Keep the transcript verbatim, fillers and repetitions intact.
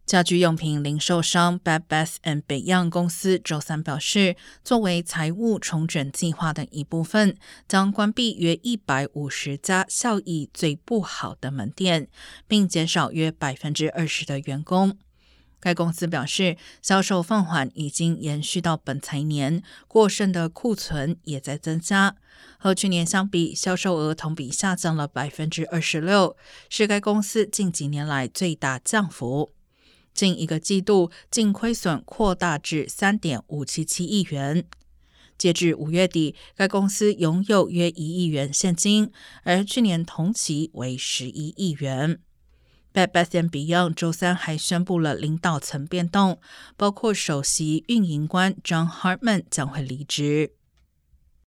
家居用品零售商 Bed Bath and Beyond 公司周三表示，作为财务重整计划的一部分，将关闭约一百五十家效益最不好的门店，并减少约 百分之二十 的员工。该公司表示，销售放缓已经延续到本财年，过剩的库存也在增加。和去年相比，销售额同比下降了 百分之二十六， 是该公司近几年来最大降幅。近一个季度净亏损扩大至 三点五七七亿元。截至五月底，该公司拥有约一亿元现金，而去年同期为十一亿元。Bed Bath and Beyond 周三还宣布了领导层变动，包括首席运营官 John Hartman 将会离职。